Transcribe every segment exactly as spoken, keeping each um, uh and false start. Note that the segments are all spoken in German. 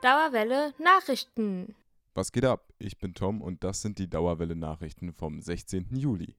Dauerwelle Nachrichten. Was geht ab? Ich bin Tom und das sind die Dauerwelle Nachrichten vom sechzehnten Juli.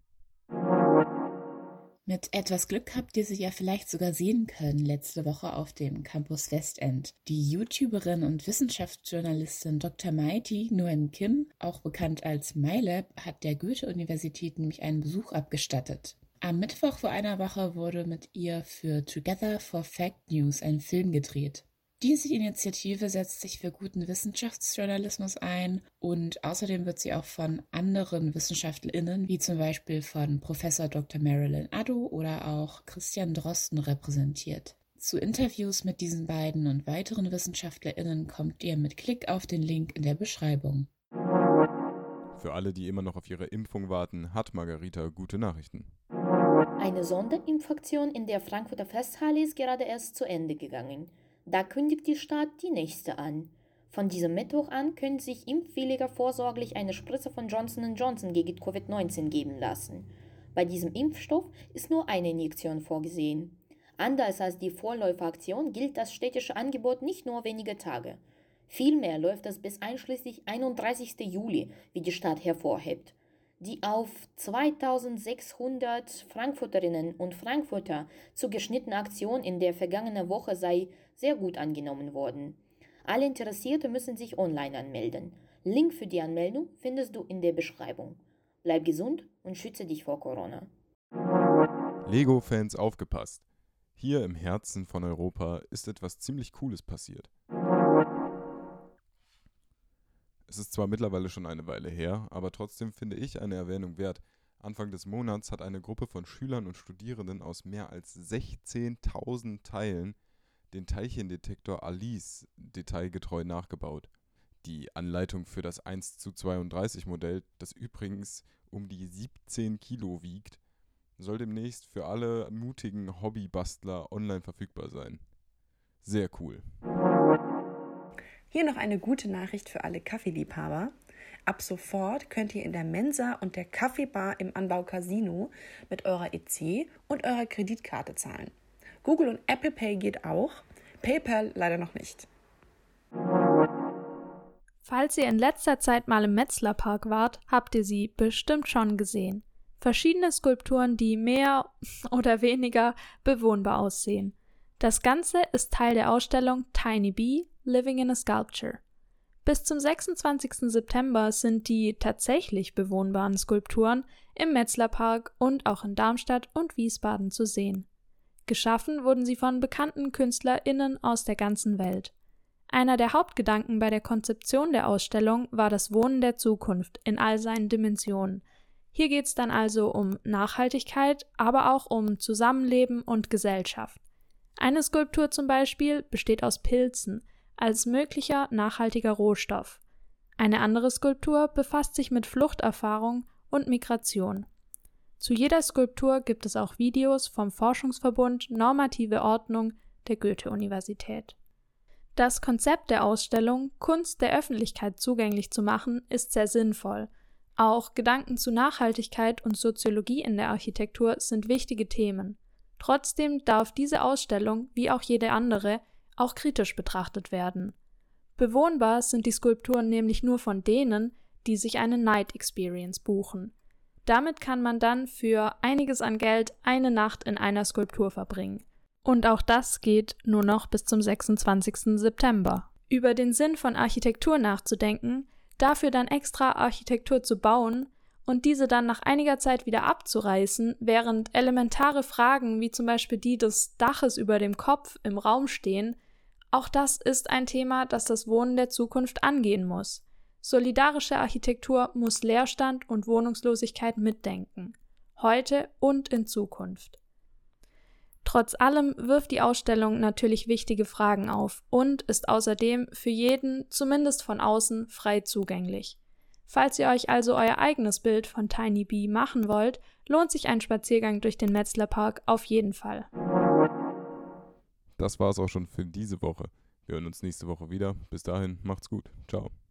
Mit etwas Glück habt ihr sie ja vielleicht sogar sehen können letzte Woche auf dem Campus Westend. Die YouTuberin und Wissenschaftsjournalistin Doktor Mighty Nguyen Kim, auch bekannt als MyLab, hat der Goethe-Universität nämlich einen Besuch abgestattet. Am Mittwoch vor einer Woche wurde mit ihr für Together for Fact News ein Film gedreht. Diese Initiative setzt sich für guten Wissenschaftsjournalismus ein und außerdem wird sie auch von anderen WissenschaftlerInnen, wie zum Beispiel von Professor Doktor Marilyn Addo oder auch Christian Drosten repräsentiert. Zu Interviews mit diesen beiden und weiteren WissenschaftlerInnen kommt ihr mit Klick auf den Link in der Beschreibung. Für alle, die immer noch auf ihre Impfung warten, hat Margarita gute Nachrichten. Eine Sonderimpfaktion in der Frankfurter Festhalle ist gerade erst zu Ende gegangen. Da kündigt die Stadt die nächste an. Von diesem Mittwoch an können sich Impfwilliger vorsorglich eine Spritze von Johnson und Johnson gegen Covid neunzehn geben lassen. Bei diesem Impfstoff ist nur eine Injektion vorgesehen. Anders als die Vorläuferaktion gilt das städtische Angebot nicht nur wenige Tage. Vielmehr läuft es bis einschließlich einunddreißigsten Juli, wie die Stadt hervorhebt. Die auf zweitausendsechshundert Frankfurterinnen und Frankfurter zugeschnittene Aktion in der vergangenen Woche sei sehr gut angenommen worden. Alle Interessierte müssen sich online anmelden. Link für die Anmeldung findest du in der Beschreibung. Bleib gesund und schütze dich vor Corona. Lego-Fans aufgepasst! Hier im Herzen von Europa ist etwas ziemlich Cooles passiert. Es ist zwar mittlerweile schon eine Weile her, aber trotzdem finde ich eine Erwähnung wert. Anfang des Monats hat eine Gruppe von Schülern und Studierenden aus mehr als sechzehntausend Teilen den Teilchendetektor Alice detailgetreu nachgebaut. Die Anleitung für das eins zu zweiunddreißig Modell, das übrigens um die siebzehn Kilo wiegt, soll demnächst für alle mutigen Hobbybastler online verfügbar sein. Sehr cool. Hier noch eine gute Nachricht für alle Kaffeeliebhaber. Ab sofort könnt ihr in der Mensa und der Kaffeebar im Anbau Casino mit eurer E C und eurer Kreditkarte zahlen. Google und Apple Pay geht auch, PayPal leider noch nicht. Falls ihr in letzter Zeit mal im Metzlerpark wart, habt ihr sie bestimmt schon gesehen. Verschiedene Skulpturen, die mehr oder weniger bewohnbar aussehen. Das Ganze ist Teil der Ausstellung Tiny Bee – Living in a Sculpture. Bis zum sechsundzwanzigsten September sind die tatsächlich bewohnbaren Skulpturen im Metzlerpark und auch in Darmstadt und Wiesbaden zu sehen. Geschaffen wurden sie von bekannten KünstlerInnen aus der ganzen Welt. Einer der Hauptgedanken bei der Konzeption der Ausstellung war das Wohnen der Zukunft in all seinen Dimensionen. Hier geht es dann also um Nachhaltigkeit, aber auch um Zusammenleben und Gesellschaft. Eine Skulptur zum Beispiel besteht aus Pilzen als möglicher nachhaltiger Rohstoff. Eine andere Skulptur befasst sich mit Fluchterfahrung und Migration. Zu jeder Skulptur gibt es auch Videos vom Forschungsverbund Normative Ordnung der Goethe-Universität. Das Konzept der Ausstellung, Kunst der Öffentlichkeit zugänglich zu machen, ist sehr sinnvoll. Auch Gedanken zu Nachhaltigkeit und Soziologie in der Architektur sind wichtige Themen. Trotzdem darf diese Ausstellung, wie auch jede andere, auch kritisch betrachtet werden. Bewohnbar sind die Skulpturen nämlich nur von denen, die sich eine Night Experience buchen. Damit kann man dann für einiges an Geld eine Nacht in einer Skulptur verbringen. Und auch das geht nur noch bis zum sechsundzwanzigsten September. Über den Sinn von Architektur nachzudenken, dafür dann extra Architektur zu bauen und diese dann nach einiger Zeit wieder abzureißen, während elementare Fragen wie zum Beispiel die des Daches über dem Kopf im Raum stehen, auch das ist ein Thema, das das Wohnen der Zukunft angehen muss. Solidarische Architektur muss Leerstand und Wohnungslosigkeit mitdenken, heute und in Zukunft. Trotz allem wirft die Ausstellung natürlich wichtige Fragen auf und ist außerdem für jeden, zumindest von außen, frei zugänglich. Falls ihr euch also euer eigenes Bild von Tiny Bee machen wollt, lohnt sich ein Spaziergang durch den Metzlerpark auf jeden Fall. Das war's auch schon für diese Woche. Wir hören uns nächste Woche wieder. Bis dahin, macht's gut. Ciao.